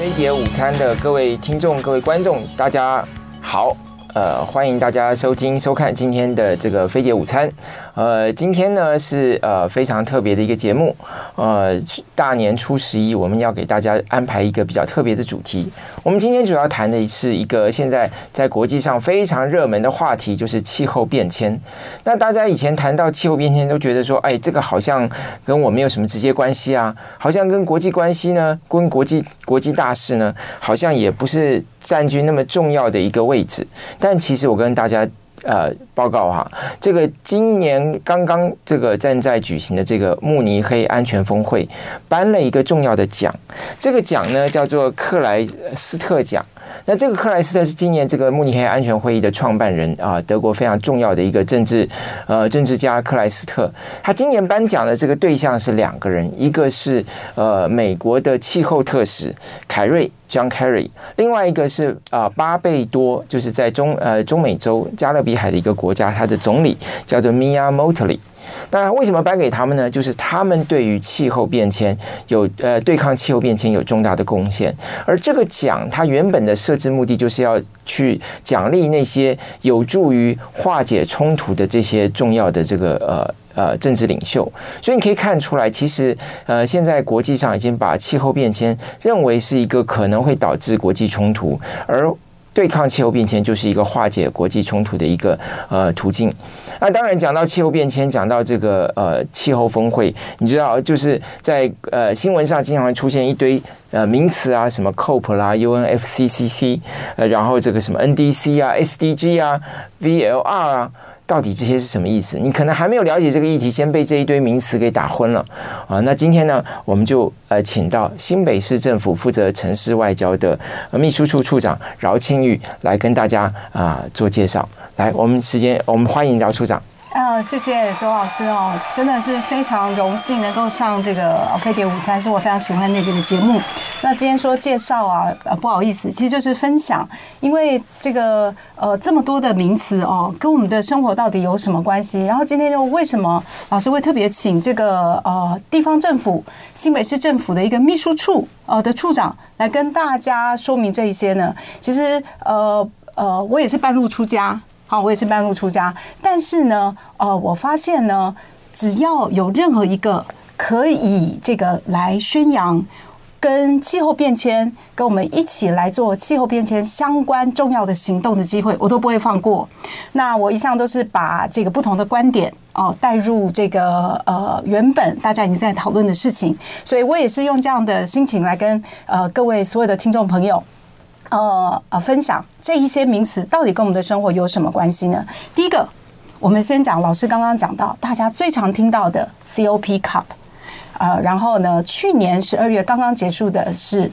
飞碟午餐的各位听众、各位观众，大家好。欢迎大家收听、收看今天的这个飞碟午餐。今天呢是非常特别的一个节目。大年初11，我们要给大家安排一个比较特别的主题。我们今天主要谈的是一个现在在国际上非常热门的话题，就是气候变迁。那大家以前谈到气候变迁，都觉得说，哎，这个好像跟我没有什么直接关系啊，好像跟国际关系呢，跟国际大事呢，好像也不是占据那么重要的一个位置。但其实我跟大家报告哈，这个今年刚刚这个正在举行的这个慕尼黑安全峰会颁了一个重要的奖，这个奖呢叫做克莱斯特奖。那这个克莱斯特是今年这个慕尼黑安全会议的创办人啊，德国非常重要的一个政治家克莱斯特。他今年颁奖的这个对象是2个人，一个是美国的气候特使凯瑞 John Kerry， 另外一个是巴贝多，就是在中美洲加勒比海的一个国家，他的总理叫做 Mia Mottley。那为什么颁给他们呢？就是他们对于气候变迁对抗气候变迁有重大的贡献。而这个奖它原本的设置目的就是要去奖励那些有助于化解冲突的这些重要的这个政治领袖。所以你可以看出来，其实现在国际上已经把气候变迁认为是一个可能会导致国际冲突，而对抗气候变迁就是一个化解国际冲突的一个途径。那当然讲到气候变迁，讲到这个气候峰会，你知道就是在新闻上经常会出现一堆名词啊，什么 COP 啦、UNFCCC， 然后这个什么 NDC 啊、SDG 啊、VLR 啊。到底这些是什么意思？你可能还没有了解这个议题，先被这一堆名词给打昏了啊！那今天呢，我们就请到新北市政府负责城市外交的秘书处处长饶庆玉来跟大家做介绍。来，我们欢迎饶处长。 谢谢周老师哦，真的是非常荣幸能够上这个飞碟午餐，是我非常喜欢那个的节目。那今天说介绍不好意思，其实就是分享，因为这个这么多的名词哦，跟我们的生活到底有什么关系？然后今天就为什么老师会特别请这个地方政府新北市政府的一个秘书处的处长来跟大家说明这一些呢？其实我也是半路出家。好，我也是半路出家，但是呢，我发现呢，只要有任何一个可以这个来宣扬跟气候变迁，跟我们一起来做气候变迁相关重要的行动的机会，我都不会放过。那我一向都是把这个不同的观点带入这个原本大家已经在讨论的事情，所以我也是用这样的心情来跟各位所有的听众朋友。分享这一些名词到底跟我们的生活有什么关系呢？第一个，我们先讲老师刚刚讲到大家最常听到的 COP，然后呢，去年12月刚刚结束的是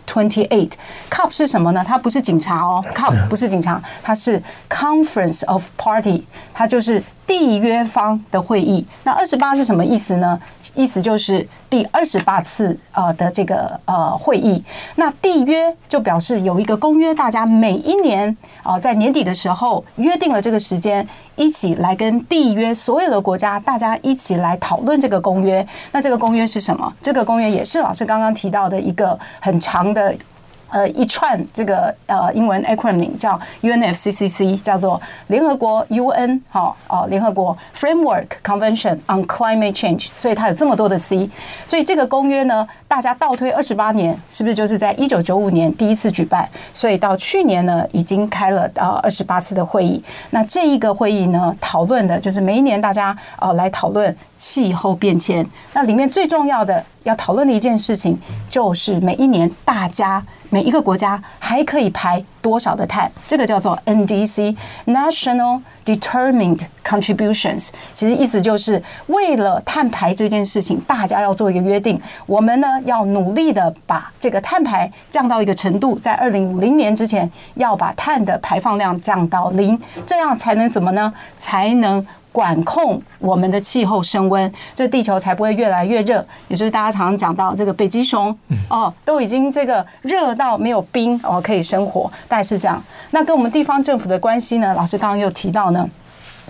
COP28。COP 是什么呢？它不是警察哦 ，COP 不是警察，它是 Conference of Party， 它就是缔约方的会议。那28是什么意思呢？意思就是第28次的这个会议。那缔约就表示有一个公约，大家每一年在年底的时候约定了这个时间，一起来跟缔约所有的国家，大家一起来讨论这个公约。那这个公约是什么？这个公约也是老师刚刚提到的一个很长的一串这个英文 acronym 叫 UNFCCC， 叫做联合国 UN 联合国 Framework Convention on Climate Change， 所以它有这么多的 C。所以这个公约呢，大家倒推28年，是不是就是在1995年第一次举办？所以到去年呢，已经开了28次的会议。那这一个会议呢，讨论的就是每一年大家来讨论气候变迁。那里面最重要的要讨论的一件事情，就是每一年大家每一个国家还可以排多少的碳，这个叫做 NDC National Determined Contributions。 其实意思就是为了碳排这件事情，大家要做一个约定，我们呢要努力的把这个碳排降到一个程度，在2050年之前要把碳的排放量降到0，这样才能怎么呢？才能管控我们的气候升温，这地球才不会越来越热。也就是大家常常讲到这个北极熊都已经这个热到没有冰可以生活，大概是这样。那跟我们地方政府的关系呢，老师刚刚又提到呢，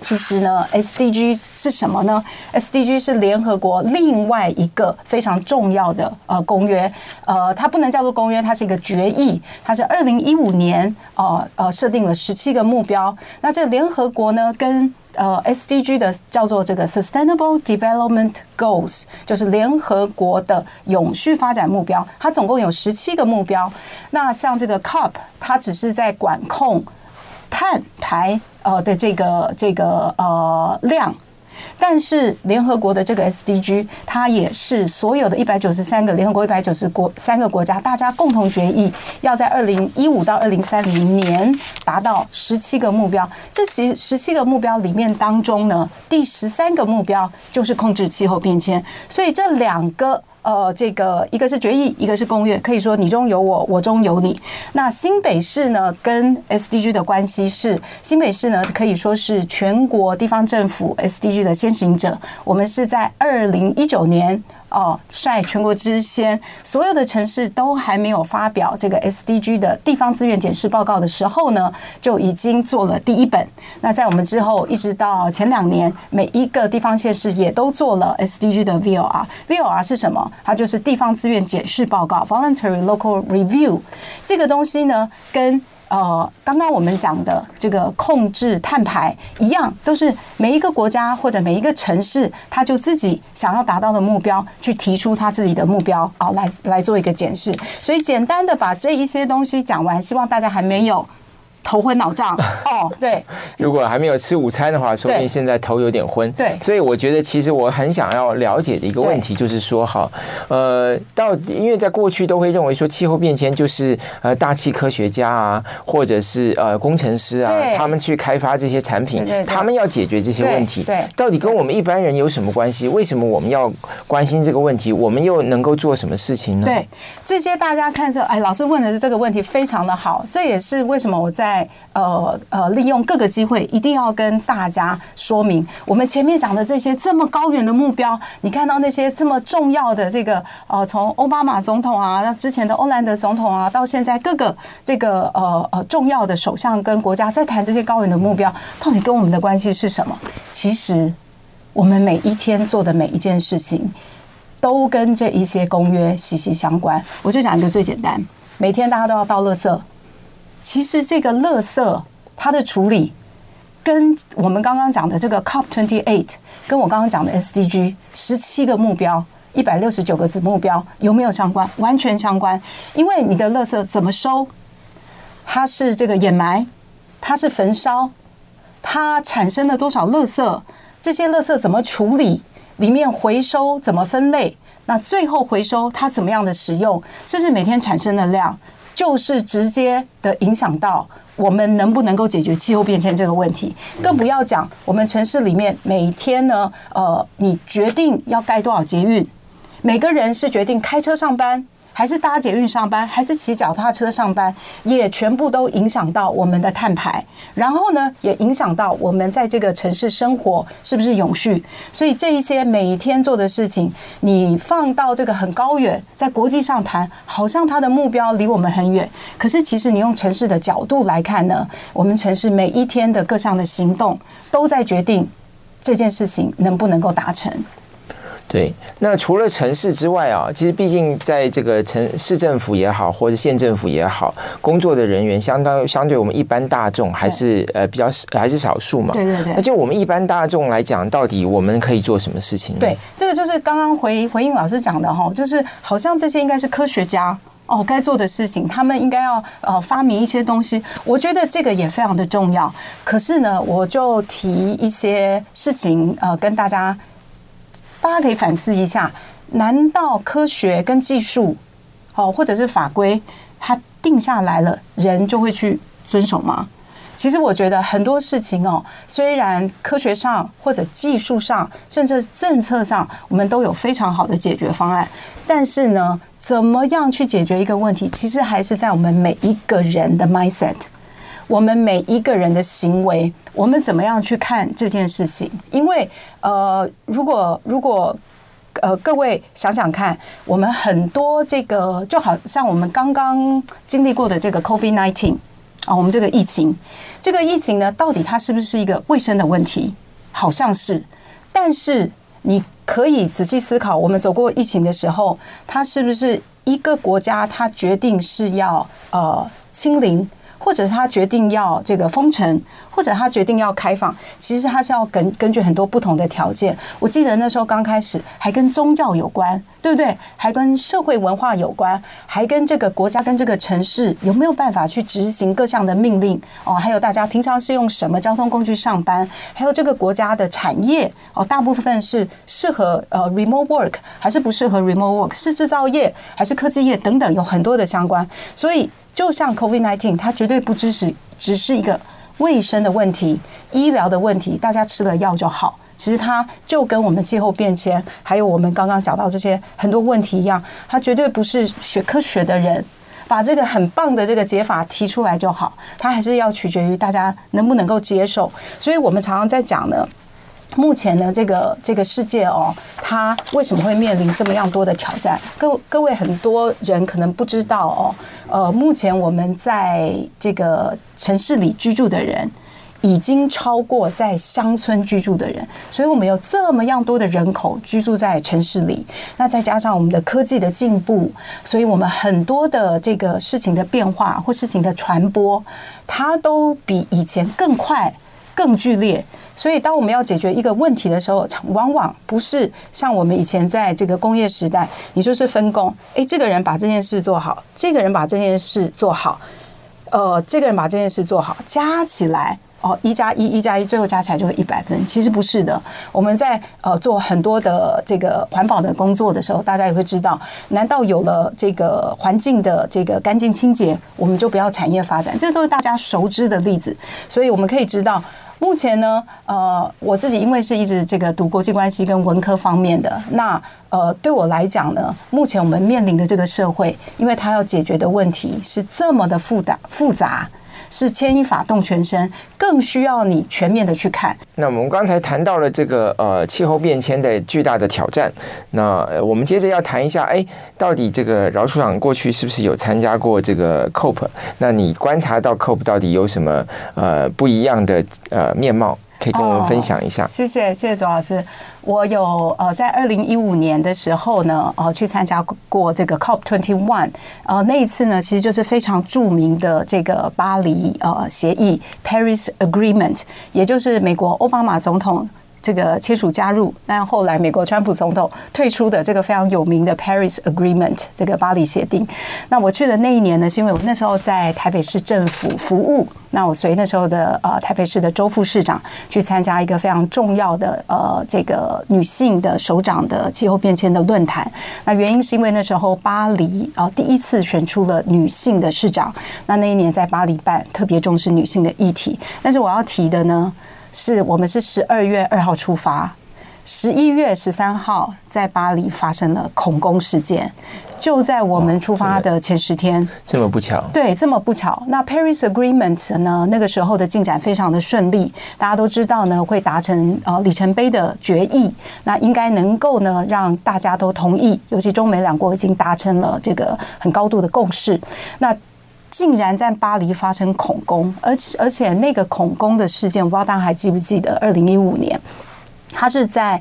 其实呢 ，SDG 是什么呢 ？SDG 是联合国另外一个非常重要的公约，它不能叫做公约，它是一个决议，它是2015年设定了17个目标。那这联合国呢跟SDG 的叫做这个 Sustainable Development Goals， 就是联合国的永续发展目标，它总共有17个目标。那像这个 COP， 它只是在管控碳排的这个量。但是联合国的这个 SDG， 它也是所有的193个联合国193个国家，大家共同决议，要在2015到2030年达到17个目标。这17个目标里面当中呢，第13个目标就是控制气候变迁。所以这两个这个一个是决议，一个是公约，可以说你中有我，我中有你。那新北市呢，跟 SDG 的关系是，新北市呢可以说是全国地方政府 SDG 的先行者。我们是在2019年。率全国之先，所有的城市都还没有发表这个 SDG 的地方资源检视报告的时候呢，就已经做了第一本。那在我们之后，一直到前2年，每一个地方县市也都做了 SDG 的 VOR。VOR 是什么？它就是地方资源检视报告 （Voluntary Local Review）。这个东西呢，跟刚刚我们讲的这个控制碳排一样，都是每一个国家或者每一个城市，他就自己想要达到的目标，去提出他自己的目标来做一个检视。所以简单的把这一些东西讲完，希望大家还没有头昏脑胀对。 如果还没有吃午餐的话，说不定现在头有点昏。 对， 所以我觉得其实我很想要了解的一个问题就是说，因为在过去都会认为说气候变迁就是大气科学家啊，或者是工程师啊，他们去开发这些产品，他们要解决这些问题。 对， 到底跟我们一般人有什么关系？为什么我们要关心这个问题？我们又能够做什么事情呢？ 对，这些大家看着，老师问的这个问题非常的好，这也是为什么我在利用各个机会一定要跟大家说明，我们前面讲的这些这么高远的目标，你看到那些这么重要的这个从奥巴马总统啊，之前的欧兰德总统啊，到现在各个这个重要的首相跟国家在谈这些高远的目标，到底跟我们的关系是什么？其实我们每一天做的每一件事情，都跟这一些公约息息相关。我就讲一个最简单，每天大家都要倒垃圾。其实这个垃圾它的处理跟我们刚刚讲的这个 COP28 跟我刚刚讲的 SDG 17个目标169个子目标有没有相关？完全相关。因为你的垃圾怎么收，它是这个掩埋，它是焚烧，它产生了多少垃圾，这些垃圾怎么处理，里面回收怎么分类，那最后回收它怎么样的使用，甚至每天产生的量，就是直接的影响到我们能不能够解决气候变迁这个问题。更不要讲我们城市里面每天呢，你决定要盖多少捷运，每个人是决定开车上班，还是搭捷运上班，还是骑脚踏车上班，也全部都影响到我们的碳排，然后呢，也影响到我们在这个城市生活是不是永续。所以这一些每一天做的事情，你放到这个很高远，在国际上谈，好像它的目标离我们很远，可是其实你用城市的角度来看呢，我们城市每一天的各项的行动，都在决定这件事情能不能够达成。 对，那除了城市之外啊，其实毕竟在这个市政府也好，或者县政府也好，工作的人员相对我们一般大众还是还是少数嘛。 对对对。 那就我们一般大众来讲，到底我们可以做什么事情呢？ 对，这个就是刚刚回应老师讲的哈，就是好像这些应该是科学家该做的事情，他们应该要发明一些东西。我觉得这个也非常的重要。可是呢，我就提一些事情跟大家可以反思一下，难道科学跟技术或者是法规它定下来了，人就会去遵守吗？其实我觉得很多事情虽然科学上或者技术上甚至政策上我们都有非常好的解决方案，但是呢，怎么样去解决一个问题，其实还是在我们每一个人的 mindset， 我们每一个人的行为，我们怎么样去看这件事情。因为如果各位想想看，我们很多这个就好像我们刚刚经历过的这个 COVID-19 我们这个疫情， 这个疫情呢，到底它是不是一个卫生的问题？好像是，但是你可以仔细思考，我们走过疫情的时候，它是不是一个国家它决定是要清零，或者是它决定要这个封城，或者他决定要开放，其实他是要根据很多不同的条件。我记得那时候刚开始还跟宗教有关，对不对？还跟社会文化有关，还跟这个国家跟这个城市有没有办法去执行各项的命令哦，还有大家平常是用什么交通工具上班，还有这个国家的产业哦，大部分是适合remote work 还是不适合 remote work， 是制造业还是科技业等等，有很多的相关。所以就像 COVID-19， 它绝对不只是一个卫生的问题、医疗的问题，大家吃了药就好。其实它就跟我们气候变迁，还有我们刚刚讲到这些很多问题一样，它绝对不是学科学的人把这个很棒的这个解法提出来就好，它还是要取决于大家能不能够接受。所以我们常常在讲呢，目前呢，这个世界哦，它为什么会面临这么样多的挑战？各位很多人可能不知道哦，目前我们在这个城市里居住的人，已经超过在乡村居住的人，所以我们有这么样多的人口居住在城市里。那再加上我们的科技的进步，所以我们很多的这个事情的变化或事情的传播，它都比以前更快、更剧烈。所以当我们要解决一个问题的时候，往往不是像我们以前在这个工业时代，你就是分工，这个人把这件事做好，这个人把这件事做好，这个人把这件事做好，加起来1+1，最后加起来就会100分。其实不是的，我们在做很多的这个环保的工作的时候，大家也会知道，难道有了这个环境的这个干净清洁，我们就不要产业发展？这都是大家熟知的例子。所以我们可以知道，目前呢，我自己因为是一直这个读国际关系跟文科方面的，那对我来讲呢，目前我们面临的这个社会，因为它要解决的问题是这么的复杂。是牵一发动全身，更需要你全面的去看。 那我们刚才谈到了这个气候变迁的巨大的挑战，那我们接着要谈一下，到底这个饶处长过去是不是有参加过这个 COP？ 那你观察到 COP 到底有什么不一样的面貌？可以跟我们分享一下。 谢谢左老师。我有在2015年的时候呢，去参加过这个 COP21，那一次呢，其实就是非常著名的这个巴黎协议 Paris Agreement， 也就是美国奥巴马总统这个签署加入，但后来美国川普总统退出的这个非常有名的 Paris Agreement 这个巴黎协定。那我去的那一年呢，是因为我那时候在台北市政府服务，那我随那时候的台北市的周副市长去参加一个非常重要的这个女性的首长的气候变迁的论坛。那原因是因为那时候巴黎第一次选出了女性的市长，那一年在巴黎办，特别重视女性的议题。但是我要提的呢，是我们是12月2号出发，11月13号在巴黎发生了恐攻事件，就在我们出发的前10天。 这么不巧？对， 这么不巧。那 Paris Agreement 呢，那个时候的进展非常的顺利，大家都知道呢，会达成里程碑的决议，那应该能够呢让大家都同意，尤其中美两国已经达成了这个很高度的共识。那竟然在巴黎发生恐攻，而且那个恐攻的事件，我不知道大家还记不记得，2015年，它是在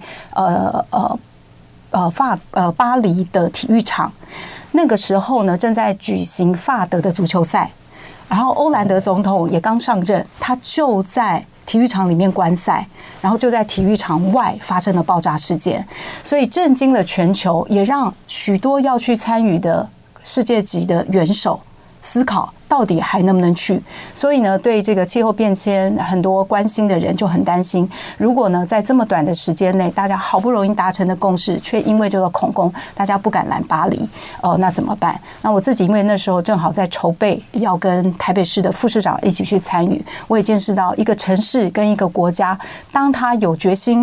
巴黎的体育场，那个时候呢正在举行法德的足球赛，然后欧兰德总统也刚上任，他就在体育场里面观赛，然后就在体育场外发生了爆炸事件，所以震惊了全球，也让许多要去参与的世界级的元首思考到底还能不能去。所以呢，对这个气候变迁很多关心的人就很担心，如果呢在这么短的时间内，大家好不容易达成的共识，却因为这个恐攻，大家不敢来巴黎，那怎么办？那我自己因为那时候正好在筹备，要跟台北市的副市长一起去参与，我也见识到一个城市跟一个国家，当他有决心，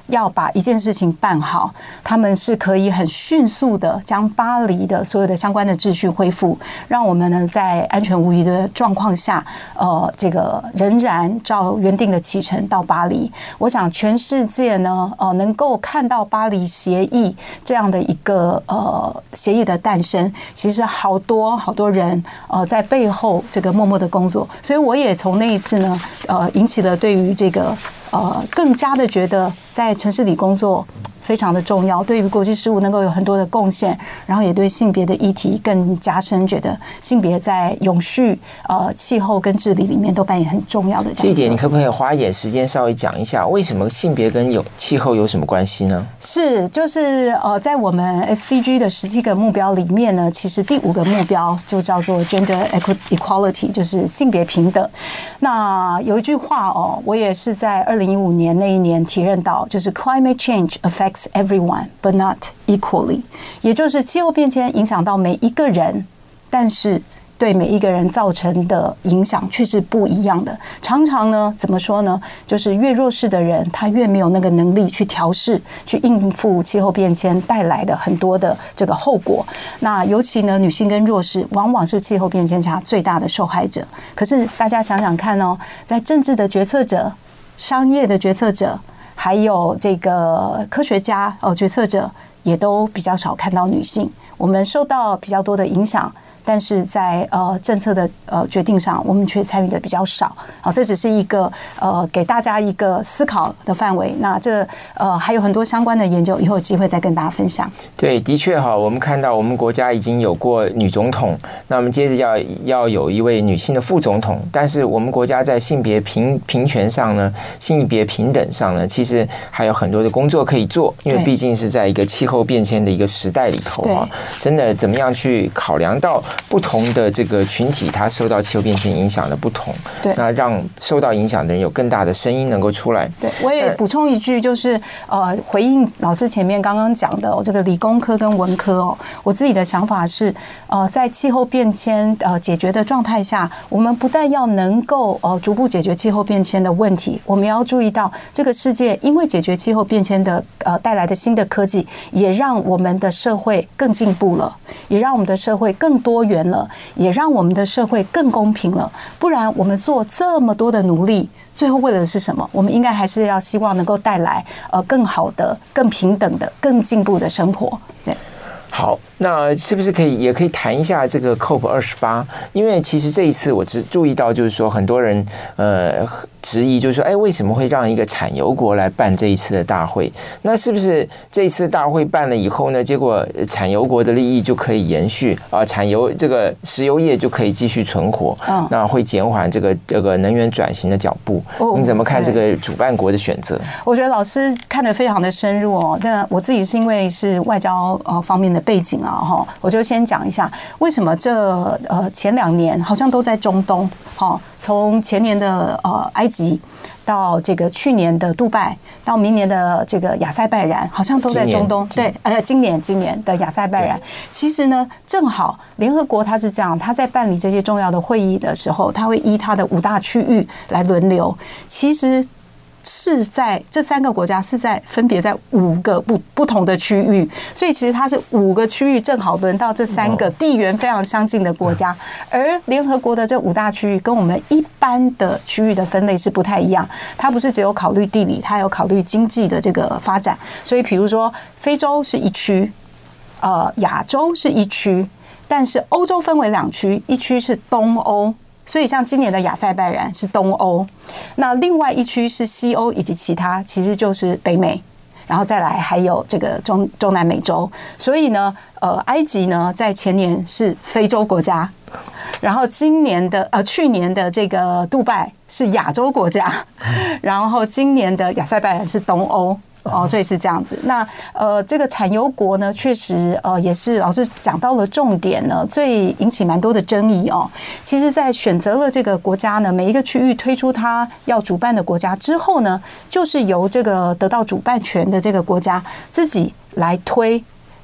要把一件事情办好，他们是可以很迅速的将巴黎的所有的相关的秩序恢复，让我们呢在安全无虞的状况下，这个仍然照原定的启程到巴黎。我想全世界呢，能够看到巴黎协议这样的一个协议的诞生，其实好多人在背后这个默默的工作，所以我也从那一次呢，引起了对于这个更加的觉得在城市里工作非常的重要，对于国际事务能够有很多的贡献，然后也对性别的议题更加深觉得性别在永续、气候跟治理里面都扮演很重要的角色。 这一点你可不可以花一点时间稍微讲一下，为什么性别跟气候有什么关系呢？ 是，就是在我们 SDG 的17个目标里面呢，其实第5个目标就叫做 Gender Equality， 就是性别平等。那有一句话我也是在2015年那一年体认到，就是 Climate Change affects everyone, but not equally， 也就是气候变迁影响到每一个人，但是对每一个人造成的影响却是不一样的。常常呢，怎么说呢？就是越弱势的人，他越没有那个能力去调试、去应付气候变迁带来的很多的这个后果。那尤其呢，女性跟弱势往往是气候变迁下最大的受害者。可是大家想想看在政治的决策者、商业的决策者，还有这个科学家决策者，也都比较少看到女性。我们受到比较多的影响，但是在政策的决定上，我们却参与的比较少。这只是一个给大家一个思考的范围。那这还有很多相关的研究，以后有机会再跟大家分享。 对，的确我们看到我们国家已经有过女总统，那我们接着要有一位女性的副总统，但是我们国家在性别平权上呢，性别平等上呢，其实还有很多的工作可以做，因为毕竟是在一个气候变迁的一个时代里头真的怎么样去考量到不同的这个群体，它受到气候变迁影响的不同，那让受到影响的人有更大的声音能够出来。 对，我也补充一句，就是回应老师前面刚刚讲的这个理工科跟文科我自己的想法是，在气候变迁解决的状态下，我们不但要能够逐步解决气候变迁的问题，我们要注意到这个世界因为解决气候变迁的带来的新的科技，也让我们的社会更进步了，也让我们的社会更多元了，也让我们的社会更公平了。不然我们做这么多的努力，最后为了的是什么？我们应该还是要希望能够带来更好的、更平等的、更进步的生活。对。 好，那是不是也可以谈一下这个 COP28？ 因为其实这一次我只注意到，就是说很多人质疑，就是说，为什么会让一个产油国来办这一次的大会？那是不是这一次大会办了以后呢，结果产油国的利益就可以延续这个石油业就可以继续存活？那会减缓这个能源转型的脚步。你怎么看这个主办国的选择？ 我觉得老师看得非常的深入但我自己是因为是外交方面的背景我就先讲一下为什么这前2年好像都在中东从前年的埃及到这个去年的杜拜，到明年的这个亚塞拜然，好像都在中东。对，今年的亚塞拜然，其实呢，正好联合国它是这样，它在办理这些重要的会议的时候，它会依它的5大区域来轮流。其实是在这3个国家是在分别在5个不同的区域，所以其实它是5个区域正好轮到这3个地缘非常相近的国家。而联合国的这5大区域跟我们一般的区域的分类是不太一样，它不是只有考虑地理，它有考虑经济的这个发展。所以比如说非洲是1区，亚洲是1区，但是欧洲分为2区，一区是东欧。所以像今年的亚塞拜然是东欧，那另外1区是西欧以及其他，其实就是北美，然后再来还有这个中南美洲。所以呢，埃及呢在前年是非洲国家，然后去年的这个杜拜是亚洲国家，然后今年的亚塞拜然是东欧。所以是这样子。那这个产油国呢，确实也是老师讲到了重点呢，最引起蛮多的争议其实，在选择了这个国家呢，每一个区域推出它要主办的国家之后呢，就是由这个得到主办权的这个国家自己来推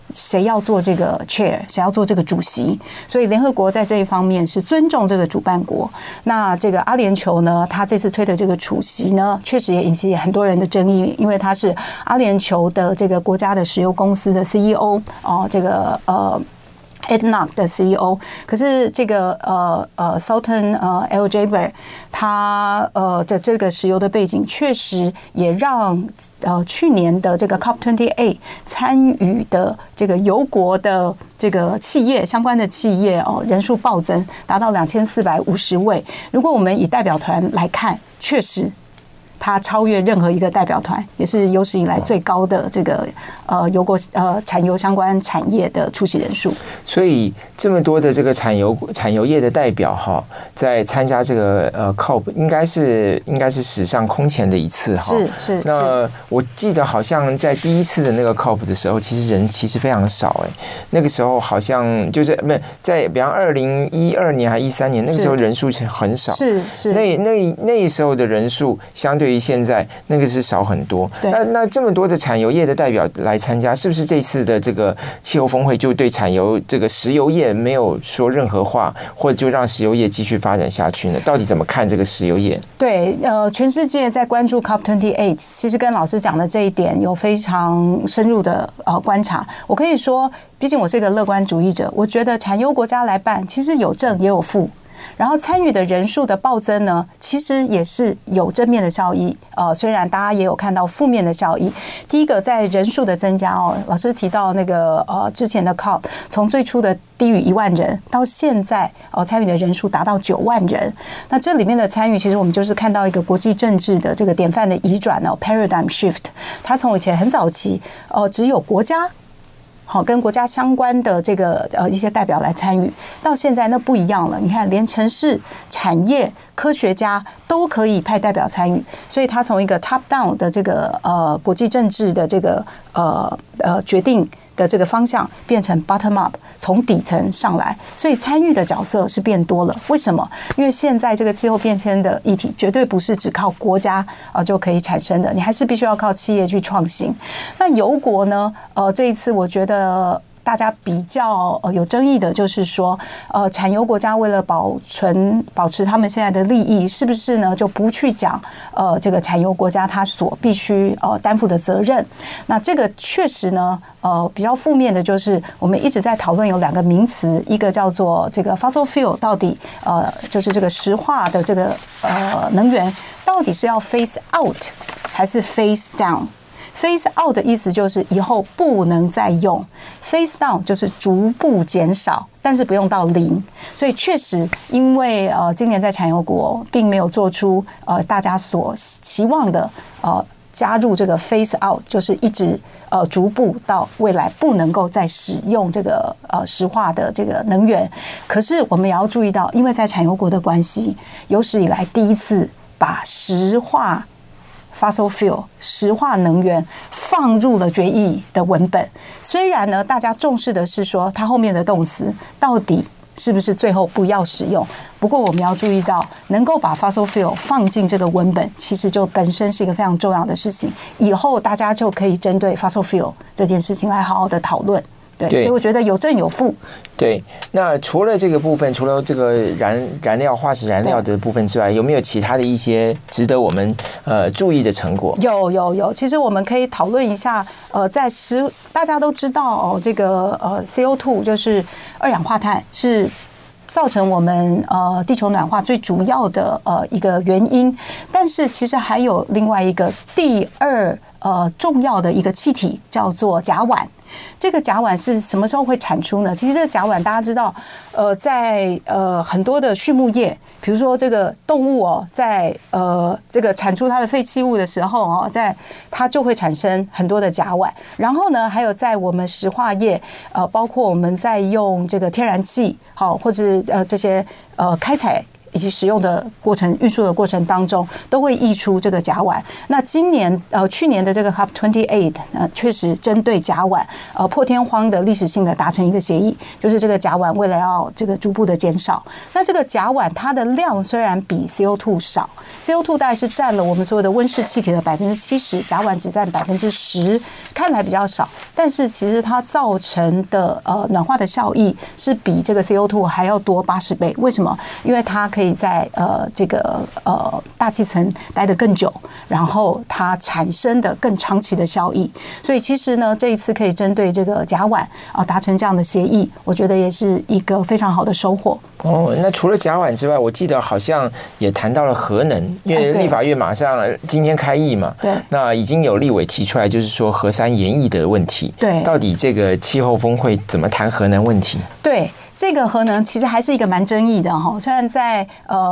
谁要做这个 chair， 谁要做这个主席。所以联合国在这一方面是尊重这个主办国。那这个阿联酋呢，他这次推的这个主席呢，确实也引起很多人的争议，因为他是阿联酋的这个国家的石油公司的 CEO 哦，这个EDNOC 的 CEO， 可是这个Sultan Al Jaber 他的这个石油的背景，确实也让去年的这个 COP28 参与的这个油国的这个企业相关的企业人数暴增，达到2450位。如果我们以代表团来看，确实它超越任何一个代表团，也是有史以来最高的这个油国产油相关产业的出席人数。 所以这么多的这个产油业的代表哈，在参加这个COP， 应该是史上空前的一次哈。 是。 那我记得好像在第一次的那个 COP 的时候，其实人非常少哎。那个时候好像就是不是在比方2012年还13年，那个时候人数很少。是。那时候的人数相对于现在那个是少很多。那这么多的产油业的代表来参加，是不是这次的这个气候峰会就对产油这个石油业没有说任何话，或者就让石油业继续发展下去呢？到底怎么看这个石油业？ 对，全世界在关注 COP28， 其实跟老师讲的这一点有非常深入的观察。我可以说，毕竟我是一个乐观主义者，我觉得产油国家来办，其实有正也有负。然后参与的人数的暴增呢，其实也是有正面的效益。虽然大家也有看到负面的效益。第一个，在人数的增加老师提到那个之前的 COP， 从最初的低于1万人，到现在参与的人数达到9万人。那这里面的参与，其实我们就是看到一个国际政治的这个典范的移转paradigm shift。它从以前很早期只有国家。好，跟国家相关的这个一些代表来参与，到现在那不一样了。你看，连城市、产业、科学家都可以派代表参与，所以他从一个 top down 的这个国际政治的这个决定的这个方向，变成 bottom up， 从底层上来，所以参与的角色是变多了。为什么？因为现在这个气候变迁的议题绝对不是只靠国家就可以产生的，你还是必须要靠企业去创新。那油国呢？这一次我觉得大家比较有争议的就是说，产油国家为了保持他们现在的利益，是不是呢就不去讲这个产油国家它所必须担负的责任？那这个确实呢，比较负面的就是我们一直在讨论有2个名词，一个叫做这个 fossil fuel， 到底就是这个石化的这个能源到底是要 phase out 还是 phase down？Phase out 的意思就是以后不能再用 ，Phase down 就是逐步减少，但是不用到0。所以确实，因为今年在产油国并没有做出大家所期望的加入这个 Phase out， 就是一直逐步到未来不能够再使用这个石化的这个能源。可是我们也要注意到，因为在产油国的关系，有史以来第一次把石化fossil fuel 石化能源放入了决议的文本。虽然呢，大家重视的是说它后面的动词到底是不是最后不要使用，不过我们要注意到，能够把 fossil fuel 放进这个文本，其实就本身是一个非常重要的事情。以后大家就可以针对 fossil fuel 这件事情来好好的讨论。对，所以我觉得有正有负。 对，那除了这个部分，除了这个燃料化石燃料的部分之外，有没有其他的一些值得我们注意的成果？ 有，其实我们可以讨论一下，大家都知道这个CO2 就是二氧化碳是造成我们地球暖化最主要的一个原因，但是其实还有另外一个第2重要的一个气体叫做甲烷。这个甲烷是什么时候会产出呢？其实这个甲烷大家知道，在很多的畜牧业，比如说这个动物在这个产出它的废弃物的时候它就会产生很多的甲烷。然后呢，还有在我们石化业，包括我们在用这个天然气或者这些开采以及使用的过程、运输的过程当中，都会溢出这个甲烷。那去年的这个 COP28 确实针对甲烷破天荒的历史性的达成一个协议，就是这个甲烷为了要这个逐步的减少。那这个甲烷它的量虽然比 CO2 少，CO2 大概是占了我们所有的温室气体的70%，甲烷只占10%，看来比较少，但是其实它造成的暖化的效益是比这个 CO2 还要多80倍。为什么？因为它可以在这个大气层待得更久，然后它产生的更长期的效益。所以其实呢，这一次可以针对这个甲烷达成这样的协议，我觉得也是一个非常好的收获。 那除了甲烷之外，我记得好像也谈到了核能，因为立法院马上今天开议嘛， 对， 那已经有立委提出来，就是说核三延役的问题， 对， 到底这个气候峰会怎么谈核能问题？ 对。这个核能其实还是一个蛮争议的哈，虽然在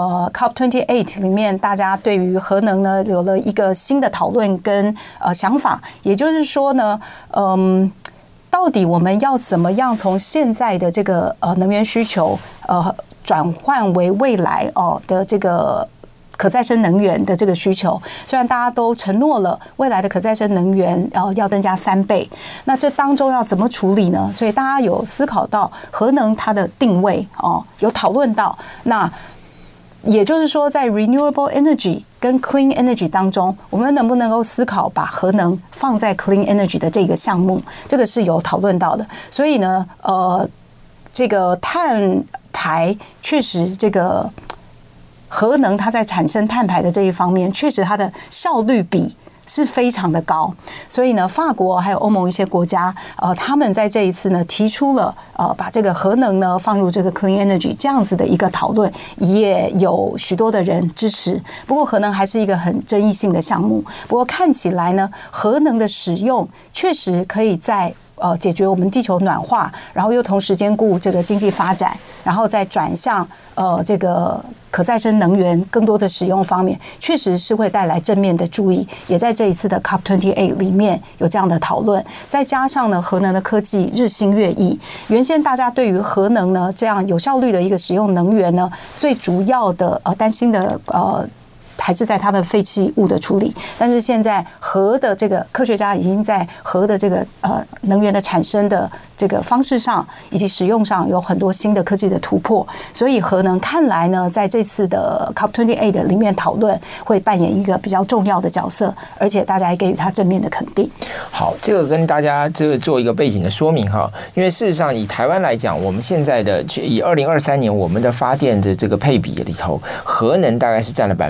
COP28 里面，大家对于核能呢有了一个新的讨论跟想法，也就是说呢，到底我们要怎么样从现在的这个能源需求转换为未来的这个可再生能源的这个需求，虽然大家都承诺了未来的可再生能源要增加3倍，那这当中要怎么处理呢？所以大家有思考到核能它的定位有讨论到，那也就是说在 renewable energy 跟 clean energy 当中，我们能不能够思考把核能放在 clean energy 的这个项目，这个是有讨论到的。所以呢，这个碳排确实这个核能它在产生碳排的这一方面，确实它的效率比是非常的高，所以呢，法国还有欧盟一些国家，他们在这一次呢提出了把这个核能呢放入这个 clean energy 这样子的一个讨论，也有许多的人支持。不过核能还是一个很争议性的项目。不过看起来呢，核能的使用确实可以在解决我们地球暖化，然后又同时兼顾这个经济发展，然后再转向这个可再生能源更多的使用方面，确实是会带来正面的注意。也在这一次的 COP28 里面有这样的讨论。再加上呢，核能的科技日新月异，原先大家对于核能呢这样有效率的一个使用能源呢，最主要的担心的还是在它的废弃物的处理，但是现在核的这个科学家已经在核的这个能源的产生的这个方式上以及使用上有很多新的科技的突破，所以核能看来呢，在这次的 COP28 里面讨论会扮演一个比较重要的角色，而且大家也给予它正面的肯定。 好，这个跟大家这个做一个背景的说明哈，因为事实上以台湾来讲，我们现在的以2023年我们的发电的这个配比里头，核能大概是占了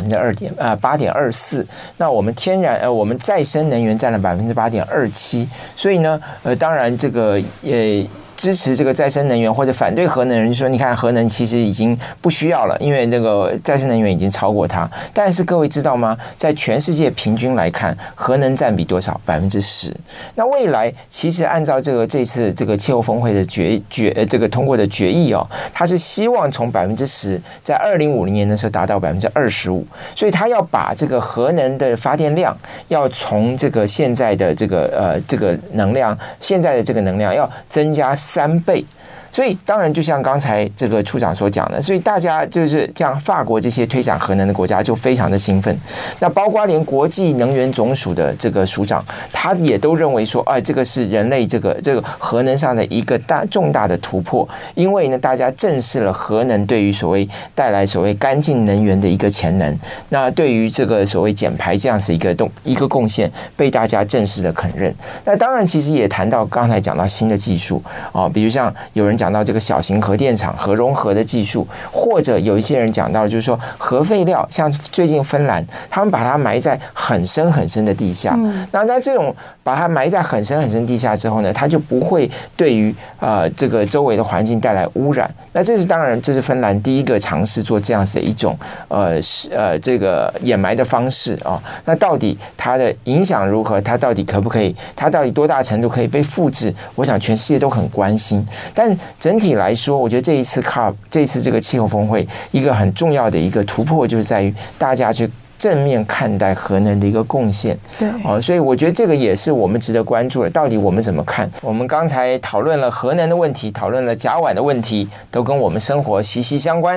8.24%，那我们我们再生能源占了8.27%，所以呢，当然这个支持这个再生能源或者反对核能的人就说，你看核能其实已经不需要了，因为那个再生能源已经超过它。但是各位知道吗？在全世界平均来看，核能占比多少？10%。那未来其实按照这次这个气候峰会的这个通过的决议它是希望从10%在2050年的时候达到25%，所以它要把这个核能的发电量要从这个现在的这个能量，现在的这个能量要增加3倍。所以当然就像刚才这个处长所讲的，所以大家就是像法国这些推展核能的国家就非常的兴奋，那包括连国际能源总署的这个署长他也都认为说，这个是人类这个核能上的一个重大的突破，因为呢大家正视了核能对于带来所谓干净能源的一个潜能，那对于这个所谓减排这样子一个贡献被大家正式的肯认。那当然其实也谈到刚才讲到新的技术比如像有人讲到这个小型核电厂核融合的技术，或者有一些人讲到就是说核废料，像最近芬兰他们把它埋在很深很深的地下，那这种把它埋在很深很深地下之后呢，它就不会对于这个周围的环境带来污染。那这是芬兰第一个尝试做这样子的一种这个掩埋的方式那到底它的影响如何？它到底可不可以？它到底多大程度可以被复制？我想全世界都很关心。但整体来说，我觉得这一次这个气候峰会一个很重要的一个突破，就是在于大家去正面看待核能的一个贡献。 对所以我觉得这个也是我们值得关注的。到底我们怎么看？我们刚才讨论了核能的问题，讨论了甲烷的问题，都跟我们生活息息相关。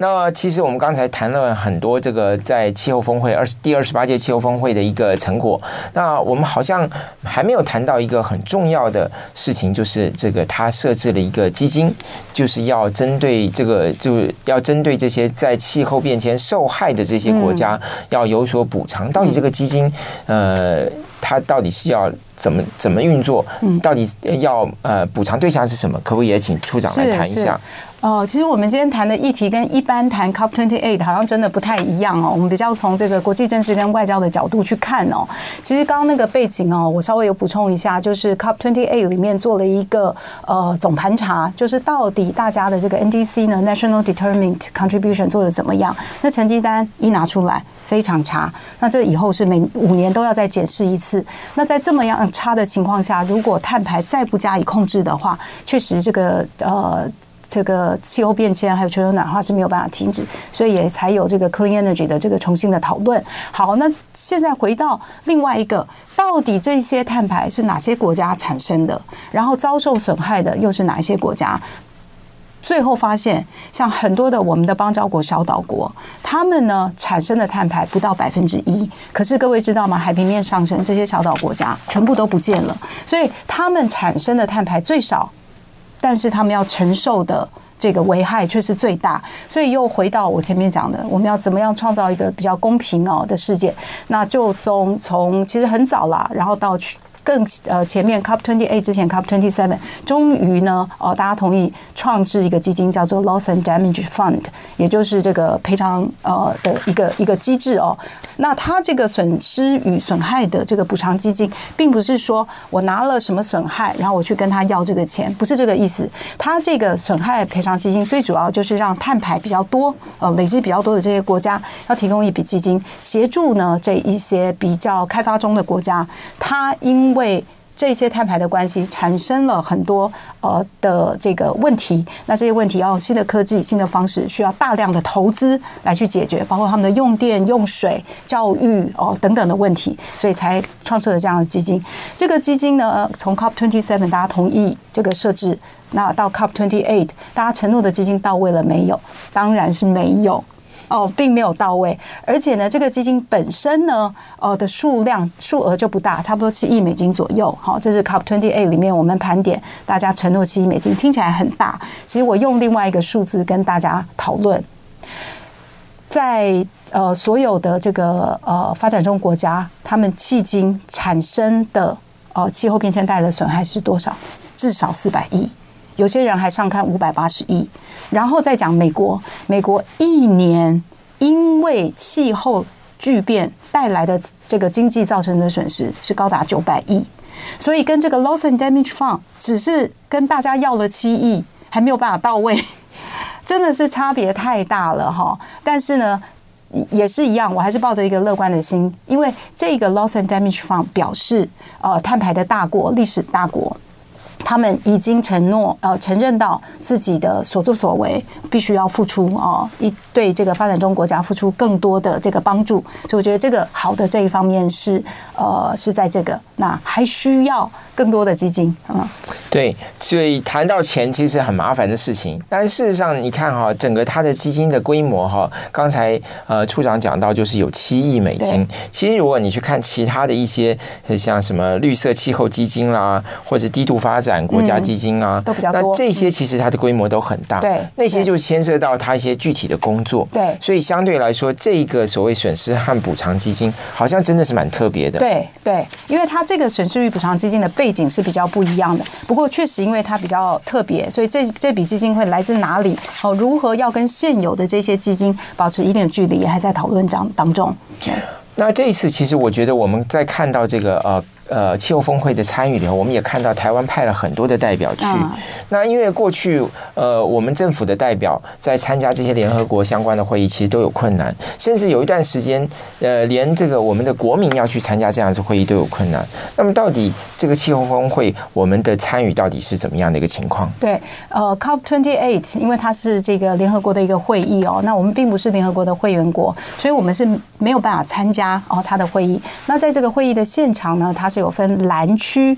那其实我们刚才谈了很多这个在气候峰会第28届气候峰会的一个成果，那我们好像还没有谈到一个很重要的事情，就是这个它设置了一个基金，就是要针对这些在气候变迁受害的这些国家要有所补偿。到底这个基金它到底是要怎么运作？到底要补偿对象是什么？可不可以也请处长来谈一下？ 其实我们今天谈的议题跟一般谈 COP28 好像真的不太一样哦。我们比较从这个国际政治跟外交的角度去看哦。其实刚刚那个背景哦，我稍微有补充一下，就是 COP28 里面做了一个总盘查，就是到底大家的这个 NDC 呢 National Determined Contribution 做的怎么样？那成绩单一拿出来非常差，那这以后是每5年都要再检视一次。那在这么样差的情况下，如果碳排再不加以控制的话，确实这个气候变迁还有全球暖化是没有办法停止，所以也才有这个 clean energy 的这个重新的讨论。好，那现在回到另外一个，到底这些碳排是哪些国家产生的，然后遭受损害的又是哪一些国家？最后发现，像很多的我们的邦交国、小岛国，他们呢产生的碳排不到1%，可是各位知道吗？海平面上升，这些小岛国家全部都不见了，所以他们产生的碳排最少，但是他们要承受的这个危害却是最大，所以又回到我前面讲的，我们要怎么样创造一个比较公平的世界？那就从其实很早啦，然后到更前面 COP28 之前 COP27 终于呢大家同意创制一个基金叫做 Loss and Damage Fund， 也就是这个赔偿的一个机制哦。那它这个损失与损害的这个补偿基金，并不是说我拿了什么损害，然后我去跟他要这个钱，不是这个意思。它这个损害赔偿基金最主要就是让碳排比较多累积比较多的这些国家要提供一笔基金，协助呢这一些比较开发中的国家，它因为这些碳排的关系产生了很多的这个问题，那这些问题要用新的科技、新的方式，需要大量的投资来去解决，包括他们的用电、用水、教育等等的问题，所以才创设了这样的基金。这个基金呢，从 COP27 大家同意这个设置，那到 COP28 大家承诺的基金到位了没有？当然是没有。并没有到位，而且呢，这个基金本身呢，的数额就不大，差不多7亿美金左右。好，这是 COP28 里面我们盘点大家承诺7亿美金，听起来很大。其实我用另外一个数字跟大家讨论，在所有的这个发展中国家，他们迄今产生的气候变迁带来的损害是多少？至少400亿。有些人还上看580亿，然后再讲美国一年因为气候巨变带来的这个经济造成的损失是高达900亿，所以跟这个 Loss and Damage Fund 只是跟大家要了7亿，还没有办法到位，真的是差别太大了哈。但是呢，也是一样，我还是抱着一个乐观的心，因为这个 Loss and Damage Fund 表示，碳排的大国、历史大国。他们已经承认到自己的所作所为必须要付出对这个发展中国家付出更多的这个帮助，所以我觉得这个好的这一方面是在这个，那还需要更多的基金对，所以谈到钱其实很麻烦的事情，但是事实上你看整个它的基金的规模刚才处长讲到就是有7亿美金。其实如果你去看其他的一些像什么绿色气候基金啦，或者低度发展国家基金都比较多， 那这些其实它的规模都很大， 对， 那些就牵涉到它一些具体的工作， 对， 所以相对来说，这个所谓损失和补偿基金好像真的是蛮特别的， 对，因为它这个损失与补偿基金的背景是比较不一样的，不过确实因为它比较特别，所以这笔基金会来自哪里？如何要跟现有的这些基金保持一定的距离，也还在讨论当中。 那这一次，其实我觉得我们在看到这个气候峰会的参与以后，我们也看到台湾派了很多的代表去。那因为过去我们政府的代表在参加这些联合国相关的会议，其实都有困难，甚至有一段时间连这个我们的国民要去参加这样子会议都有困难。那么到底这个气候峰会我们的参与到底是怎么样的一个情况？ 对，COP28 因为它是这个联合国的一个会议那我们并不是联合国的会员国，所以我们是没有办法参加它的会议。那在这个会议的现场呢，它是有分蓝区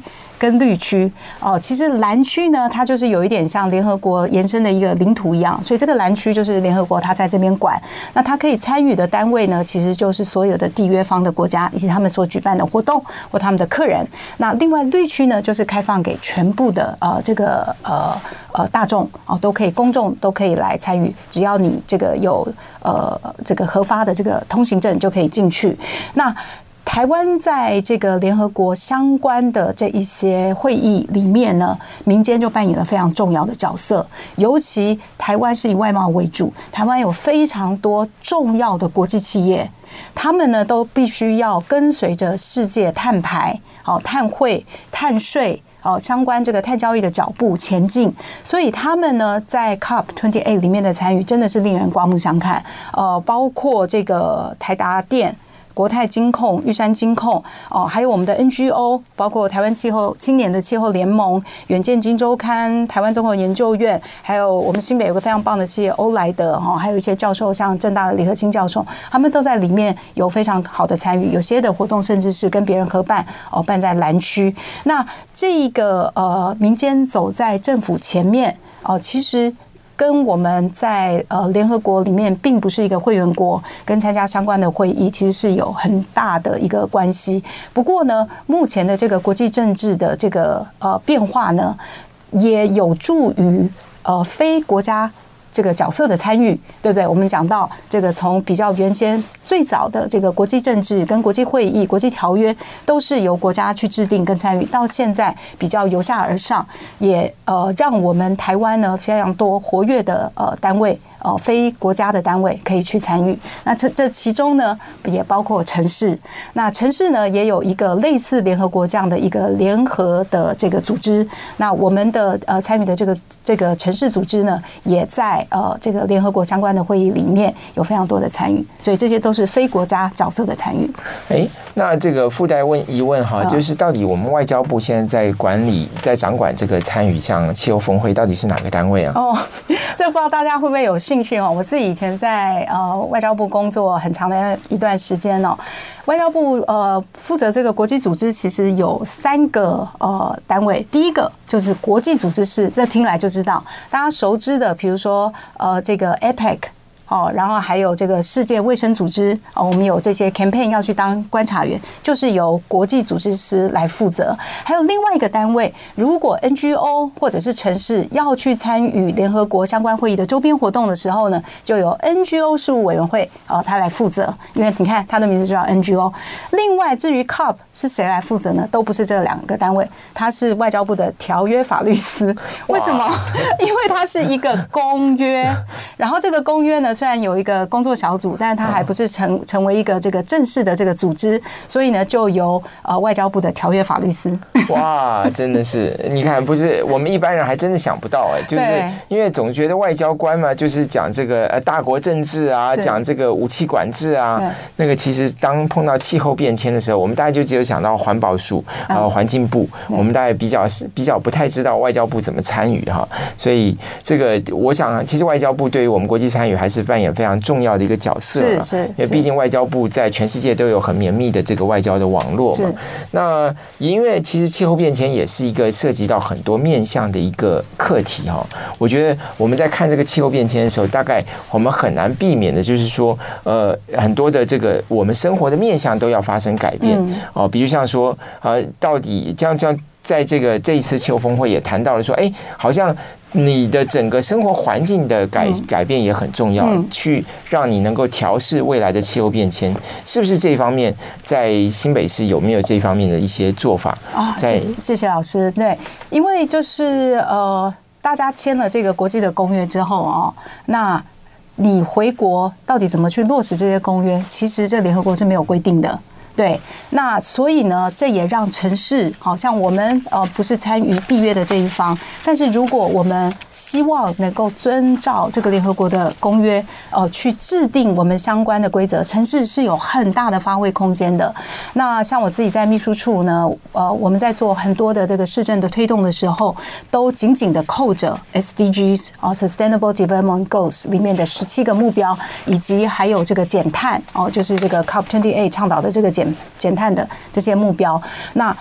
跟绿区哦。其实蓝区呢，它就是有一点像联合国延伸的一个领土一样，所以这个蓝区就是联合国它在这边管。那它可以参与的单位呢，其实就是所有的缔约方的国家以及他们所举办的活动或他们的客人。那另外绿区呢，就是开放给全部的这个大众哦，都可以，公众都可以来参与，只要你这个有这个核发的这个通行证就可以进去。那台湾在这个联合国相关的这一些会议里面呢，民间就扮演了非常重要的角色。尤其台湾是以外贸为主，台湾有非常多重要的国际企业，他们呢都必须要跟随着世界碳排、碳汇、碳税。相关这个碳交易的脚步前进，所以他们呢在 COP28 里面的参与真的是令人刮目相看。包括这个台达电、国泰金控、玉山金控还有我们的 NGO， 包括台湾青年的气候联盟、远见金周刊、台湾综合研究院，还有我们新北有个非常棒的企业欧莱德还有一些教授，像政大的李和清教授，他们都在里面有非常好的参与。有些的活动甚至是跟别人合办办在蓝区。那这个民间走在政府前面其实跟我们在联合国里面并不是一个会员国，跟参加相关的会议其实是有很大的一个关系。不过呢，目前的这个国际政治的这个变化呢，也有助于非国家这个角色的参与，对不对？我们讲到这个从比较原先最早的这个国际政治跟国际会议、国际条约都是由国家去制定跟参与，到现在比较由下而上，也让我们台湾呢非常多活跃的单位。非国家的单位可以去参与。那这其中呢，也包括城市。那城市呢，也有一个类似联合国这样的一个联合的这个组织。那我们的参与的这个城市组织呢，也在这个联合国相关的会议里面有非常多的参与。所以这些都是非国家角色的参与。 那这个附带疑问哈，就是到底我们外交部现在在掌管这个参与像气候峰会，到底是哪个单位啊？ 这不知道大家会不会有兴趣哦？我自己以前在外交部工作很长的一段时间哦。外交部负责这个国际组织，其实有3个单位。第一个就是国际组织是，这听来就知道大家熟知的，比如说这个 APEC。然后还有这个世界卫生组织我们有这些 campaign 要去当观察员，就是由国际组织师来负责。还有另外一个单位，如果 NGO 或者是城市要去参与联合国相关会议的周边活动的时候呢，就由 NGO 事务委员会他来负责，因为你看它的名字就叫 NGO。另外至于 COP 是谁来负责呢？都不是这2个单位，它是外交部的条约法律司。为什么？因为它是一个公约，然后这个公约呢虽然有一个工作小组，但是它还不是成为一个这个正式的这个组织，所以呢就由外交部的条约法律司。 哇，真的是，你看，不是我们一般人还真的想不到就是因为总觉得外交官嘛，就是讲这个大国政治啊，讲这个武器管制啊，那个其实当碰到气候变迁的时候，我们大概就只有想到环保署环境部，我们大概比较不太知道外交部怎么参与哈，所以这个我想，其实外交部对于我们国际参与还是扮演非常重要的一个角色，因为毕竟外交部在全世界都有很绵密的这个外交的网络嘛。那因为其实气候变迁也是一个涉及到很多面向的一个课题哈。我觉得我们在看这个气候变迁的时候，大概我们很难避免的就是说，很多的这个我们生活的面向都要发生改变比如像说到底这样在这一次气候峰会也谈到了说，好像你的整个生活环境的改变也很重要，去让你能够调适未来的气候变迁，是不是这一方面在新北市有没有这一方面的一些做法？ 谢谢老师。对，因为就是大家签了这个国际的公约之后那你回国到底怎么去落实这些公约？其实这联合国是没有规定的。对，那所以呢，这也让城市，好像我们不是参与缔约的这一方，但是如果我们希望能够遵照这个联合国的公约，去制定我们相关的规则，城市是有很大的发挥空间的。那像我自己在秘书处呢，我们在做很多的这个市政的推动的时候，都紧紧的扣着 SDGs Sustainable Development Goals 里面的17个目标，以及还有这个减碳就是这个 COP28 倡导的这个减碳的这些目标。那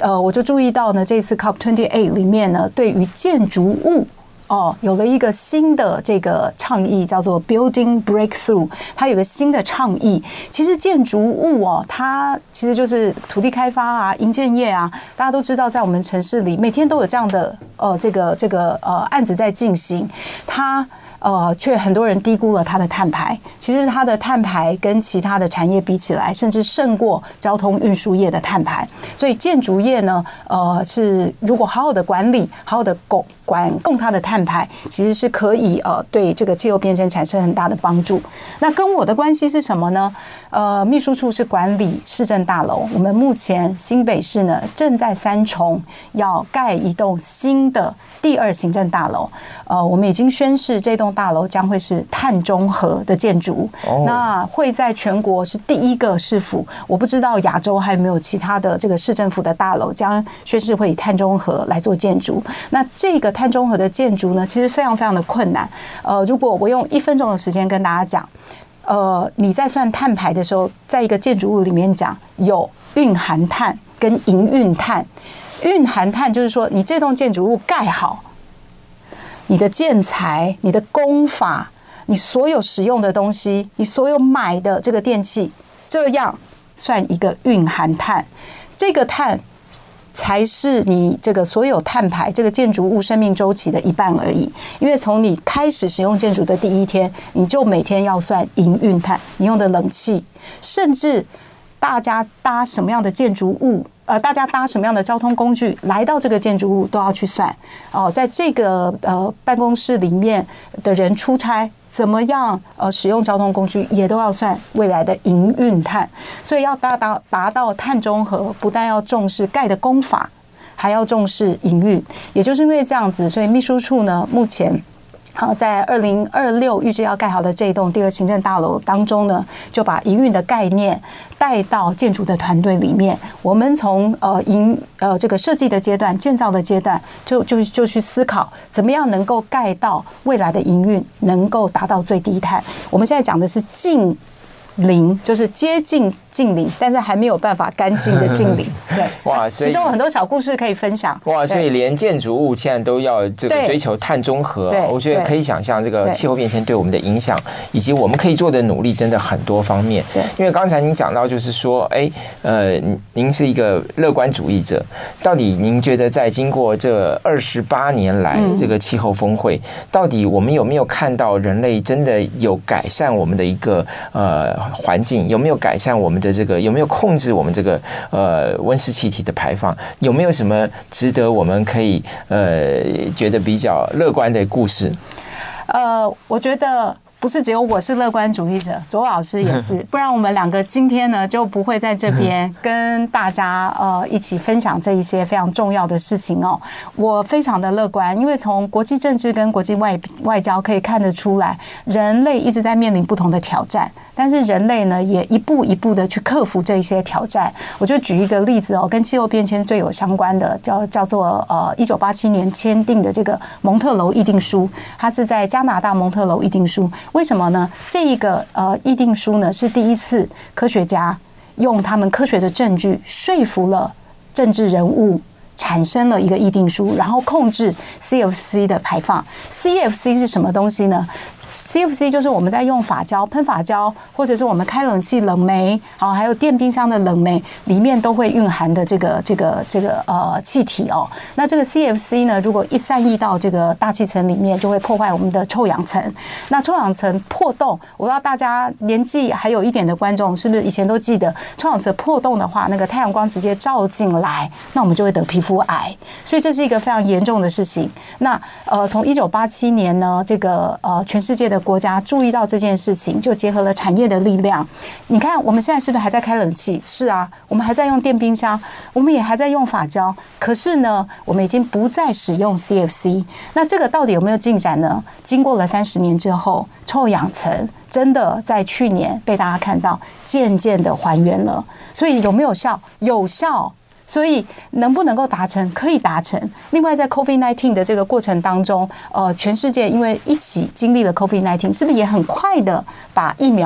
我就注意到呢，这次 COP28 里面呢，对于建筑物有了一个新的这个倡议，叫做 Building Breakthrough。它有个新的倡议。其实建筑物它其实就是土地开发啊、营建业啊，大家都知道，在我们城市里每天都有这样的这个案子在进行。它却很多人低估了它的碳排。其实它的碳排跟其他的产业比起来，甚至胜过交通运输业的碳排。所以建筑业呢，是如果好好的管理，好好的管控它的碳排，其实是可以对这个气候变迁产生很大的帮助。那跟我的关系是什么呢？秘书处是管理市政大楼，我们目前新北市呢正在三重要盖一栋新的第2行政大楼。我们已经宣示这栋大楼将会是碳中和的建筑，那会在全国是第一个市府，我不知道亚洲还有没有其他的这个市政府的大楼将宣示会以碳中和来做建筑。那这个碳中和的建筑呢，其实非常非常的困难。如果我用1分钟的时间跟大家讲，你在算碳排的时候，在一个建筑物里面讲有蕴含碳跟营运碳。蕴含碳就是说，你这栋建筑物盖好，你的建材、你的工法、你所有使用的东西、你所有买的这个电器，这样算一个蕴含碳。这个碳才是你这个所有碳排这个建筑物生命周期的一半而已。因为从你开始使用建筑的第一天，你就每天要算营运碳，你用的冷气，甚至大家搭什么样的建筑物。大家搭什么样的交通工具来到这个建筑物都要去算在这个办公室里面的人出差怎么样使用交通工具也都要算未来的营运碳。所以要达到碳中和，不但要重视盖的工法，还要重视营运。也就是因为这样子，所以秘书处呢目前在2026预计要盖好的这一栋第2行政大楼当中呢，就把营运的概念带到建筑的团队里面。我们从这个设计的阶段、建造的阶段，就去思考怎么样能够盖到未来的营运能够达到最低碳。我们现在讲的是近零，就是接近近零，但是还没有办法干净的近零。对，哇，其中有很多小故事可以分享。 哇，所以连建筑物现在都要这个追求碳中和，我觉得可以想象这个气候变迁对我们的影响，以及我们可以做的努力，真的很多方面。对，因为刚才您讲到，就是说，您是一个乐观主义者，到底您觉得在经过这28年来这个气候峰会，到底我们有没有看到人类真的有改善我们的一个环境，有没有改善我们的这个，有没有控制我们这个温室气体的排放，有没有什么值得我们可以觉得比较乐观的故事？ 我觉得不是只有我是乐观主义者，左老师也是，不然我们2个今天呢就不会在这边跟大家一起分享这一些非常重要的事情哦。我非常的乐观，因为从国际政治跟国际外交可以看得出来，人类一直在面临不同的挑战，但是人类呢也一步一步的去克服这些挑战。我就举一个例子跟气候变迁最有相关的叫做1987年签订的这个蒙特娄议定书，它是在加拿大蒙特娄议定书。为什么呢？这一个议定书呢是第一次科学家用他们科学的证据说服了政治人物，产生了一个议定书，然后控制 CFC 的排放。CFC 是什么东西呢？CFC 就是我们在用发胶、喷发胶，或者是我们开冷气冷媒，还有电冰箱的冷媒里面都会蕴含的这个气体哦。那这个 CFC 呢，如果一散逸到这个大气层里面，就会破坏我们的臭氧层。那臭氧层破洞，我不知道大家年纪还有一点的观众是不是以前都记得，臭氧层破洞的话，那个太阳光直接照进来，那我们就会得皮肤癌。所以这是一个非常严重的事情。那从1987年呢，这个全世界的国家注意到这件事情，就结合了产业的力量。你看我们现在是不是还在开冷气？是啊，我们还在用电冰箱，我们也还在用发胶，可是呢我们已经不再使用 CFC。 那这个到底有没有进展呢？经过了30年之后，臭氧层真的在去年被大家看到渐渐的还原了。所以有没有效？有效。所以能不能够达成？可以达成。另外，在 COVID-19 的这个过程当中，全世界因为一起经历了 COVID-19， 是不是也很快的把疫苗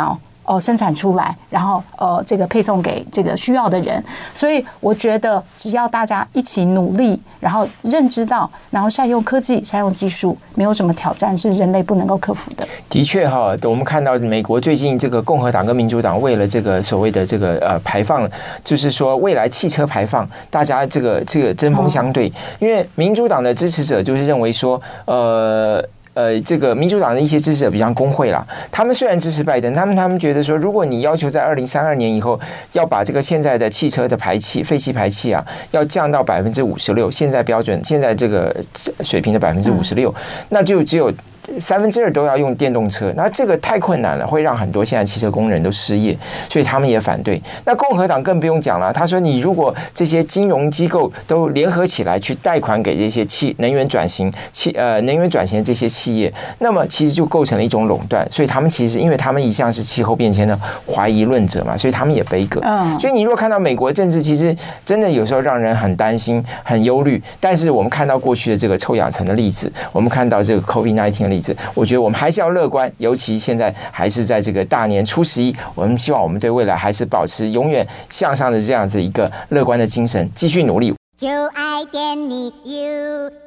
生产出来，然后这个配送给这个需要的人。所以我觉得只要大家一起努力，然后认知到，然后善用科技、善用技术，没有什么挑战是人类不能够克服的。 的确哈，我们看到美国最近这个共和党跟民主党为了这个所谓的这个排放，就是说未来汽车排放，大家这个针锋相对。因为民主党的支持者就是认为说，这个民主党的一些支持者，比方工会啦，他们虽然支持拜登，他们觉得说，如果你要求在2032年以后要把这个现在的汽车的废气排气啊，要降到56%，现在标准现在这个水平的56%，那就只有2/3都要用电动车，那这个太困难了，会让很多现在汽车工人都失业，所以他们也反对。那共和党更不用讲了，他说你如果这些金融机构都联合起来去贷款给这些能源转型的这些企业，那么其实就构成了一种垄断。所以他们其实因为他们一向是气候变迁的怀疑论者嘛，所以他们也背锅。所以你如果看到美国政治，其实真的有时候让人很担心、很忧虑。但是我们看到过去的这个臭氧层的例子，我们看到这个 COVID-19 的例子，我觉得我们还是要乐观，尤其现在还是在这个大年初11，我们希望我们对未来还是保持永远向上的这样子一个乐观的精神，继续努力。就爱点你 UFO。